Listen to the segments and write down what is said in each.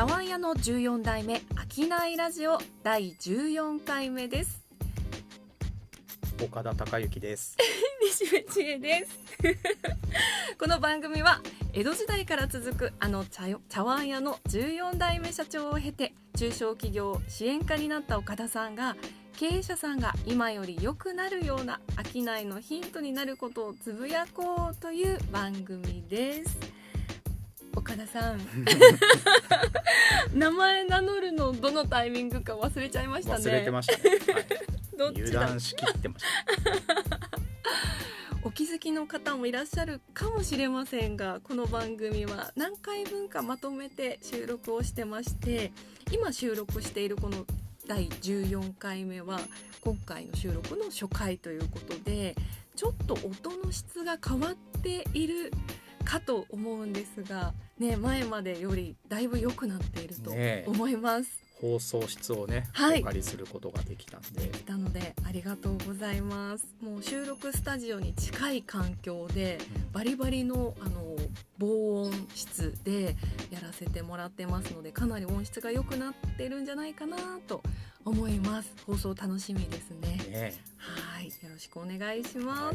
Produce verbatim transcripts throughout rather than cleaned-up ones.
茶碗屋のじゅうよん代目商いラジオだいじゅうよんかいめです。 岡田孝之です西部千恵ですこの番組は江戸時代から続くあの 茶, 茶碗屋のじゅうよん代目社長を経て中小企業支援家になった岡田さんが、経営者さんが今より良くなるような商いのヒントになることをつぶやこうという番組です。岡田さん名前名乗るのどのタイミングか忘れちゃいましたね。 忘れてましたね、はい、 どっちだ油断しきってましたお気づきの方もいらっしゃるかもしれませんが、この番組は何回分かまとめて収録をしてまして、今収録しているこのだいじゅうよんかいめは今回の収録の初回ということで、ちょっと音の質が変わっているかと思うんですが、ね、前までよりだいぶ良くなっていると思います、ね、 放送室をね、 はい、 お借りすることができたんで、 できたのでありがとうございます。もう収録スタジオに近い環境で、うん、バリバリの、あの防音室でやらせてもらってますので、かなり音質が良くなってるんじゃないかなと思います。放送楽しみですね。 ね、 はい、よろしくお願いします、はい、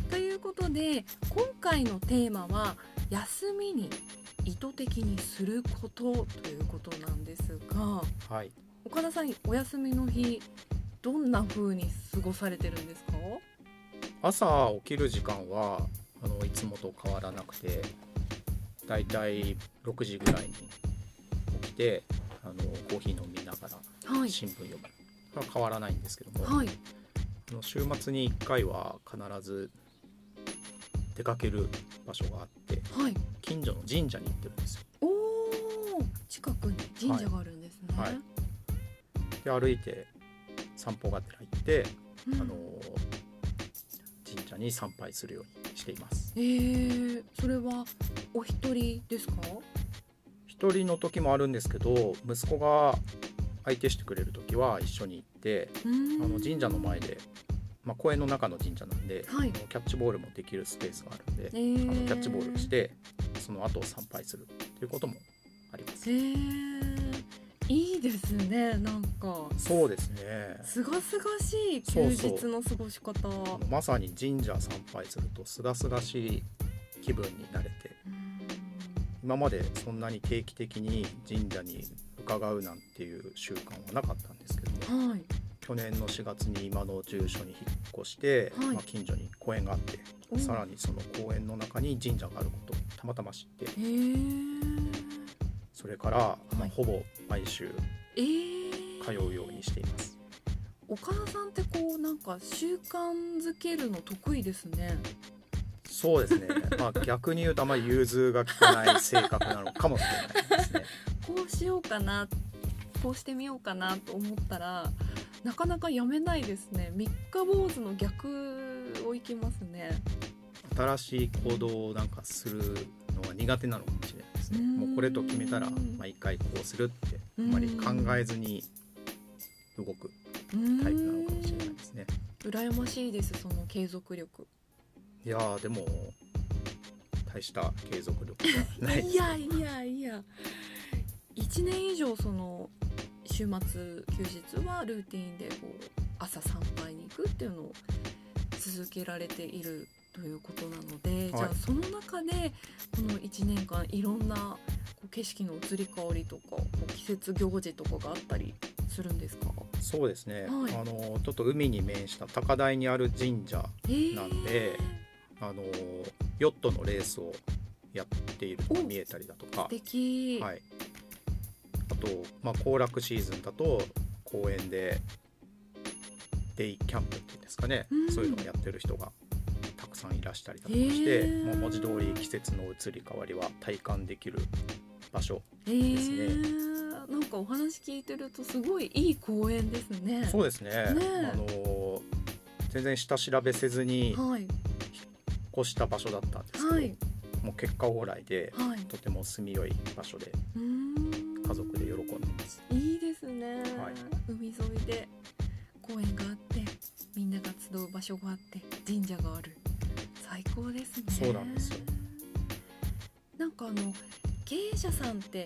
ということで今回のテーマは休みに意図的にすることということなんですが、 はい、 岡田さん、お休みの日どんな風に過ごされてるんですか？ 朝起きる時間はあのいつもと変わらなくて、だいたいろくじぐらいに起きてあのコーヒー飲みながら、はい、新聞読むは変わらないんですけども、はい、あの週末にいっかいは必ず出かける場所があって、はい、近所の神社に行ってるんですよ。 おー、近くに神社があるんですね。はいはい、 で歩いて散歩がてら行って、うん、あの神社に参拝するようにしています。 えー、それはお一人ですか？ 一人の時もあるんですけど、息子が相手してくれる時は一緒に行って、あの神社の前で、まあ、公園の中の神社なんで、はい、キャッチボールもできるスペースがあるんで、えー、あのキャッチボールしてその後参拝するということもあります。 えー、いいですね。なんかそうですね、 すがすがしい休日の過ごし方。 そうそう、まさに神社参拝するとすがすがしい気分になれて、今までそんなに定期的に神社に伺うなんていう習慣はなかったんですけども、はい、去年のしがつに今の住所に引っ越して、はい、まあ、近所に公園があって、さらにその公園の中に神社があることをたまたま知って、へー、それから、まあ、ほぼ毎週通うようにしています。 えー、岡田さんってこうなんか習慣づけるの得意ですね。 そうですね、まあ、逆に言うとあまり融通が利かない性格なのかもしれないですねこうしようかな、こうしてみようかなと思ったらなかなかやめないですね。三日坊主の逆をいきますね。 新しい行動をなんかするのが苦手なのかもしれないですね。もうこれと決めたら毎回こうするってあまり考えずに動くタイプなのかもしれないですね。 羨ましいです、その継続力。 いやでも大した継続力じゃないですいやいやいや、いちねん以上その週末休日はルーティンでこう朝参拝に行くっていうのを続けられているということなので、はい、じゃあその中でこのいちねんかんいろんなこう景色の移り変わりとかこう季節行事とかがあったりするんですか？ そうですね、はい、あのちょっと海に面した高台にある神社なんで、あのヨットのレースをやっているのが見えたりだとか、 素敵、 はい、あと、まあ、行楽シーズンだと公園でデイキャンプっていうんですかね、うん、そういうのをやってる人がたくさんいらしたりだとかして、もう文字通り季節の移り変わりは体感できる場所ですね。 なんかお話聞いてるとすごいいい公園ですね。 そうですね、ね、あの全然下調べせずに、はい、越した場所だったんですけど、はい、もう結果オーライで、はい、とても住みよい場所で家族で喜んでいます。 いいですね、はい、海沿いで公園があってみんなが集う場所があって神社がある、最高ですね。 そうなんですよ。 なんかあの経営者さんって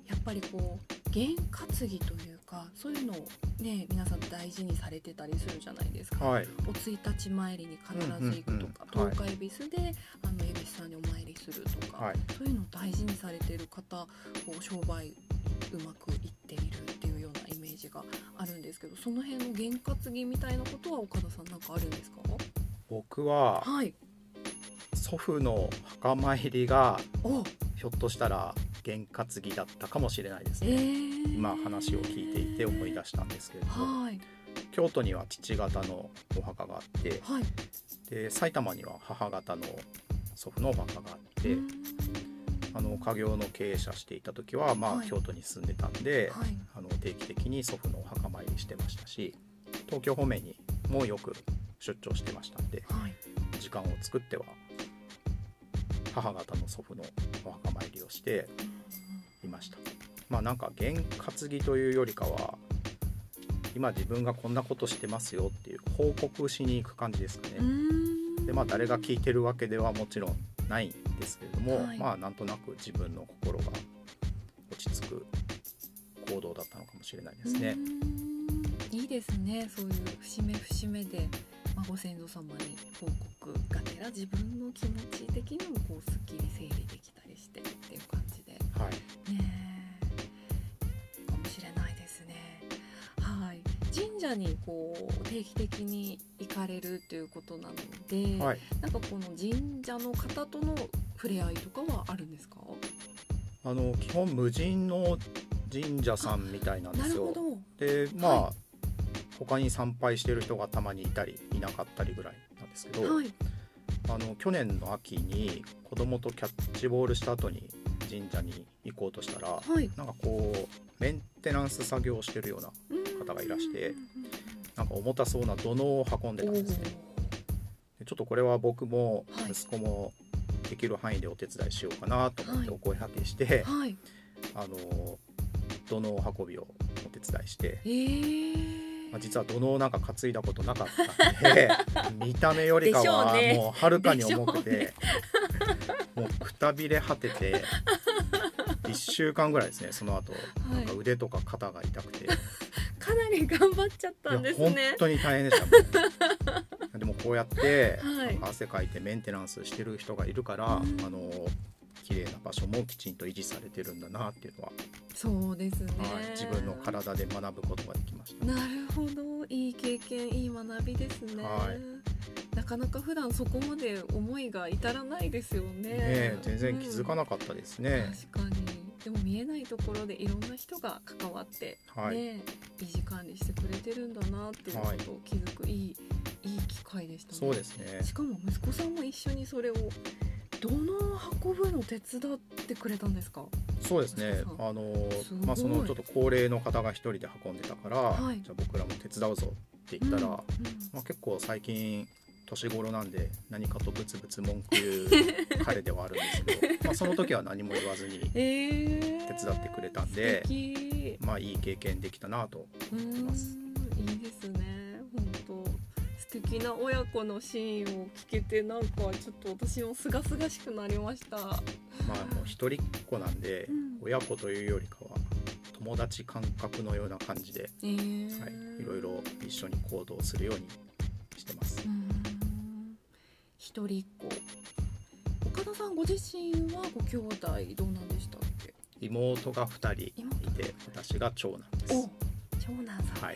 やっぱりこう験担ぎというかそういうのをね皆さん大事にされてたりするじゃないですか、 はい、 お一日参りに必ず行くとか、 うんうんうん、 十日恵比寿であの恵比寿さんにお参りするとか、 はい、 そういうのを大事にされている方こう商売うまくいっているっていうようなイメージがあるんですけど、その辺の験担ぎみたいなことは岡田さんなんかあるんですか？ 僕は、 はい、 祖父の墓参りがおひょっとしたら験担ぎだったかもしれないですね、 えー、 今話を聞いていて思い出したんですけれども、 はい、 京都には父方のお墓があって、 はい、 で埼玉には母方の祖父のお墓があって、あの家業の経営者していた時は、まあはい、 京都に住んでたんで、 はい、 あの定期的に祖父のお墓参りしてましたし、東京方面にもよく出張してましたんで、 はい、 時間を作っては母方の祖父のお墓参りをしていました。まあなんか験担ぎというよりかは今自分がこんなことしてますよっていう報告しに行く感じですかね。でまあ誰が聞いてるわけではもちろんないんですけれども、はい、まあなんとなく自分の心が落ち着く行動だったのかもしれないですね。 いいですね、そういう節目節目で、まあ、ご先祖様に報告がてら自分の気持ち的にもこうすっきり整理できたりしてっていう感じで、 はい、 ねかもしれないですね。はい、神社にこう定期的に行かれるということなので、はい、なんかこの神社の方との触れ合いとかはあるんですか？あの基本無人の神社さんみたいなんですよ。 なるほど。でまあ、はい、他に参拝している人がたまにいたりいなかったりぐらいなんですけど、はい、あの去年の秋に子供とキャッチボールした後に神社に行こうとしたら、はい、なんかこうメンテナンス作業をしてるような方がいらして、なんか重たそうな土のうを運んでたんですね。でちょっとこれは僕も息子もできる範囲でお手伝いしようかなと思ってお声掛けして、はいはい、あの土のう運びをお手伝いして、えーまあ、実は土のうなんか担いだことなかったんで見た目よりかはもうはるかに重くて、ね、もうくたびれ果てていっしゅうかんぐらいですね。その後、はい、なんか腕とか肩が痛くてかなり頑張っちゃったんですね。 本当に大変でしたでもこうやって、はい、なんか汗かいてメンテナンスしてる人がいるから、あの綺麗な場所もきちんと維持されてるんだなっていうのは、 そうですね、 はい、自分の体で学ぶことができました。 なるほど、いい経験、いい学びですね、はい、なかなか普段そこまで思いが至らないですよ ね, ね全然気づかなかったですね、 うん、確かに。でも見えないところでいろんな人が関わって、はい、ね、維持管理してくれてるんだなっていうことを気づく、はい、いい、いい機会でしたね。 そうですね。 しかも息子さんも一緒にそれを土のう運ぶの手伝ってくれたんですか？ そうですね。あのまあそのちょっと高齢の方が一人で運んでたから、はい、じゃあ僕らも手伝うぞって言ったら、うんうん、まあ、結構最近年頃なんで何かとブツブツ文句言う彼ではあるんですけどまあその時は何も言わずに手伝ってくれたんで、えー、まあいい経験できたなと思ってます。 いいですね、本当素敵な親子のシーンを聞けて、なんかちょっと私もすがすがしくなりました。まあもう一人っ子なんで、うん、親子というよりかは友達感覚のような感じで、えーはい、いろいろ一緒に行動するようにしてます。うん、 一人っ子、岡田さんご自身はご兄弟どうなんでしたっけ？ 妹がふたりいて、私が長男です。 お、長男さんでした、はい、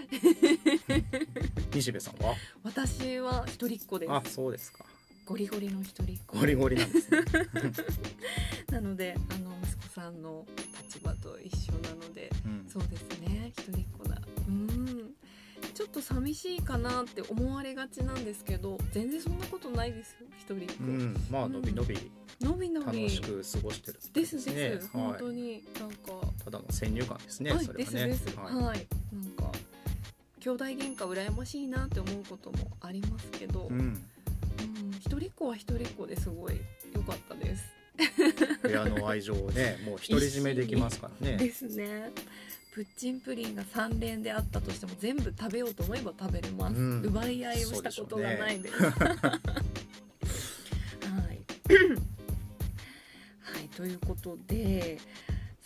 西部さんは？ 私は一人っ子です。 あ、そうですか。 ゴリゴリの一人っ子。 ゴリゴリなんですねなのであの息子さんの立場と一緒なので、うん、そうですね、一人っ子だ。うん、ちょっと寂しいかなって思われがちなんですけど、全然そんなことないですよ、一人っ子。うん、 まあのびのび、うん、 のびのび楽しく過ごしてるですね。ですです、はい、本当になんかただの先入観ですね、 はい、 それはね。 ですです、はい、はい、なんか兄弟喧嘩羨ましいなって思うこともありますけど、うんうん、一人っ子は一人っ子ですごい良かったです。 部屋の愛情をね、もう独り占めできますからね。 ですね。プッチンプリンがさん連であったとしても全部食べようと思えば食べれます、うん、奪い合いをしたことがないです。はいはい、ということで、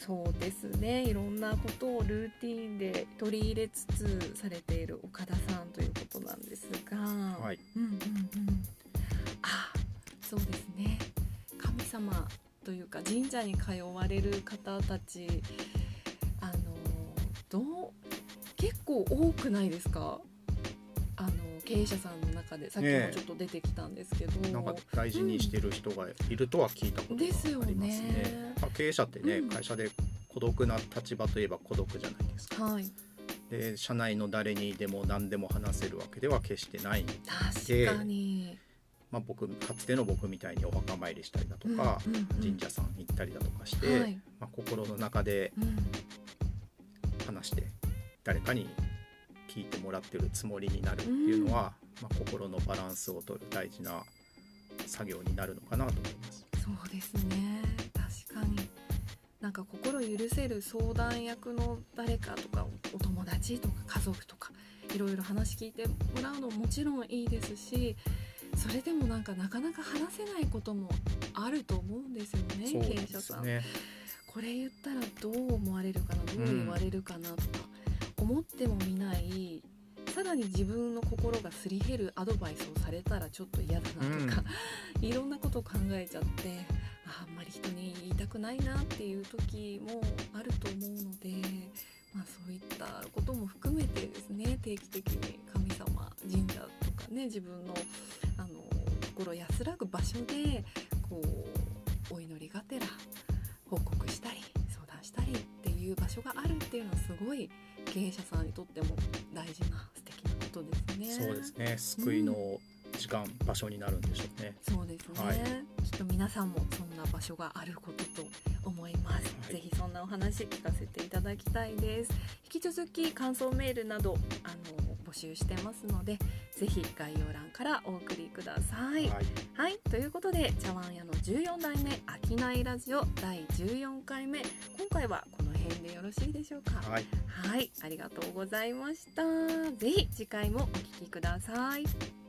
そうですね、いろんなことをルーティーンで取り入れつつされている岡田さんということなんですが、 はい、 うんうんうん、あ、そうですね、神様というか神社に通われる方たち、あのどう結構多くないですか？あの経営者さんの中でさっきもちょっと出てきたんですけど、ね、 なんか大事にしてる人がいるとは聞いたことがありますね。 うん、ですよね。 経営者ってね、 うん、会社で孤独な立場といえば孤独じゃないですか、はい、で社内の誰にでも何でも話せるわけでは決してないんで、 確かに、 まあ、僕かつての僕みたいにお墓参りしたりだとか、うんうんうん、神社さん行ったりだとかして、はい、まあ、心の中で話して誰かに聞いてもらってるつもりになるっていうのは、うん、まあ、心のバランスを取る大事な作業になるのかなと思います。 そうですね、確かになんか心許せる相談役の誰かとかお友達とか家族とかいろいろ話聞いてもらうのももちろんいいですし、それでもなんかなかなか話せないこともあると思うんですよね。 そうですね、 経営者さん、これ言ったらどう思われるかな、どう言われるかなとか、うん、思ってもみない、さらに自分の心がすり減るアドバイスをされたらちょっと嫌だなとか、うん、いろんなことを考えちゃって、あんまり人に言いたくないなっていう時もあると思うので、まあ、そういったことも含めてですね、定期的に神様、神社とかね、自分の、あの心安らぐ場所でこうお祈りがてら報告したり相談したりっていう場所があるっていうのはすごい経営者さんにとっても大事な素敵なことですね。 そうですね、救いの時間、うん、場所になるんでしょうね。 そうですね、はい、きっと皆さんもそんな場所があることと思います、はい、ぜひそんなお話聞かせていただきたいです。引き続き感想メールなどあの募集してますので、ぜひ概要欄からお送りください。はい、はい、ということで茶碗屋のじゅうよん代目あきないラジオだいじゅうよんかいめ、今回はこの辺でよろしいでしょうか。はい、はい、ありがとうございました。ぜひ次回もお聞きください。